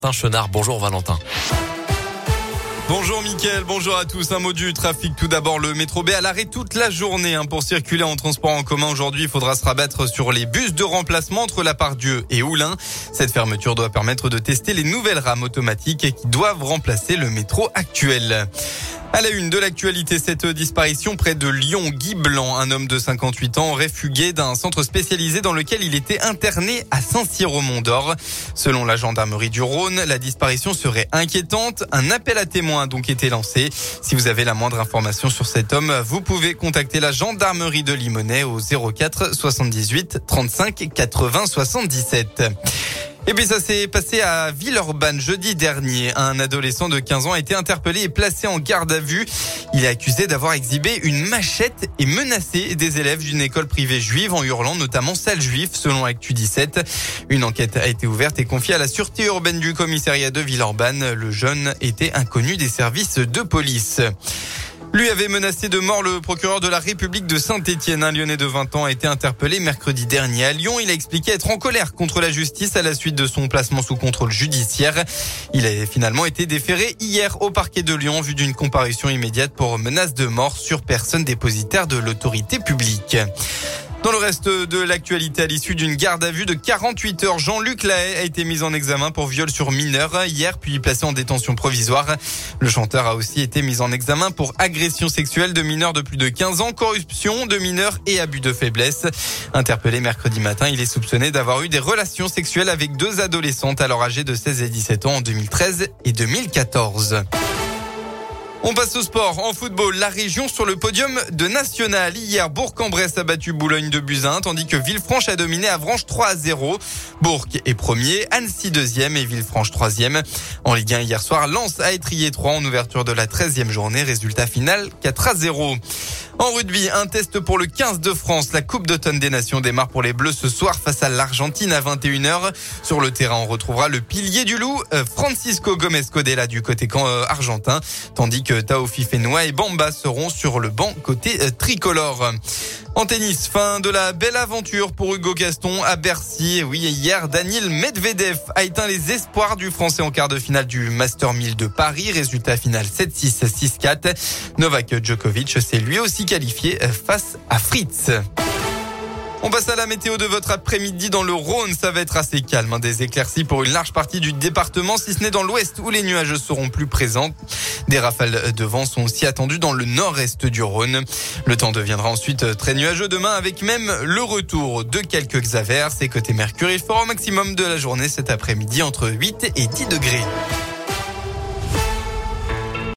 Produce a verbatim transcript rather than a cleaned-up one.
Valentin Chenard, bonjour Valentin. Bonjour Mickaël, bonjour à tous. Un mot du trafic. Tout d'abord, le métro B à l'arrêt toute la journée. Hein, pour circuler en transport en commun aujourd'hui, il faudra se rabattre sur les bus de remplacement entre la Pardieu et Oulin. Cette fermeture doit permettre de tester les nouvelles rames automatiques qui doivent remplacer le métro actuel. À la une de l'actualité, cette disparition près de Lyon, Guy Blanc, un homme de cinquante-huit ans, aurait fugué d'un centre spécialisé dans lequel il était interné à Saint-Cyr au Mont-d'Or. Selon la gendarmerie du Rhône, la disparition serait inquiétante. Un appel à témoins a donc été lancé. Si vous avez la moindre information sur cet homme, vous pouvez contacter la gendarmerie de Limonest au zéro quatre soixante-dix-huit trente-cinq quatre-vingts soixante-dix-sept. Et puis ça s'est passé à Villeurbanne jeudi dernier. Un adolescent de quinze ans a été interpellé et placé en garde à vue. Il est accusé d'avoir exhibé une machette et menacé des élèves d'une école privée juive en hurlant notamment sale juif selon Actu dix-sept. Une enquête a été ouverte et confiée à la sûreté urbaine du commissariat de Villeurbanne. Le jeune était inconnu des services de police. Lui avait menacé de mort le procureur de la République de Saint-Étienne. Un Lyonnais de vingt ans a été interpellé mercredi dernier à Lyon. Il a expliqué être en colère contre la justice à la suite de son placement sous contrôle judiciaire. Il a finalement été déféré hier au parquet de Lyon en vue d'une comparution immédiate pour menace de mort sur personne dépositaire de l'autorité publique. Dans le reste de l'actualité, à l'issue d'une garde à vue de quarante-huit heures, Jean-Luc Lahaye a été mis en examen pour viol sur mineur hier, puis placé en détention provisoire. Le chanteur a aussi été mis en examen pour agression sexuelle de mineurs de plus de quinze ans, corruption de mineurs et abus de faiblesse. Interpellé mercredi matin, il est soupçonné d'avoir eu des relations sexuelles avec deux adolescentes alors âgées de seize et dix-sept ans en deux mille treize et deux mille quatorze. On passe au sport. En football, la région sur le podium de National. Hier, Bourg-en-Bresse a battu Boulogne de buts à un, tandis que Villefranche a dominé Avranches trois à zéro. Bourg est premier, Annecy deuxième et Villefranche troisième. En Ligue un, hier soir, Lens a étrillé trois en ouverture de la treizième journée. Résultat final, quatre à zéro. En rugby, un test pour le quinze de France. La Coupe d'automne des Nations démarre pour les Bleus ce soir face à l'Argentine à vingt et une heures. Sur le terrain, on retrouvera le pilier du loup, Francisco Gomez-Codella du côté argentin, tandis que Tao Fifenoa et Bamba seront sur le banc côté tricolore. En tennis, fin de la belle aventure pour Hugo Gaston à Bercy. Oui, hier, Daniil Medvedev a éteint les espoirs du Français en quart de finale du Master mille de Paris. Résultat final sept six, six quatre. Novak Djokovic s'est lui aussi qualifié face à Fritz. On passe à la météo de votre après-midi dans le Rhône. Ça va être assez calme. Hein. Des éclaircies pour une large partie du département, si ce n'est dans l'ouest où les nuages seront plus présents. Des rafales de vent sont aussi attendues dans le nord-est du Rhône. Le temps deviendra ensuite très nuageux demain avec même le retour de quelques averses. Et côté Mercure, il fera au maximum de la journée cet après-midi entre huit et dix degrés.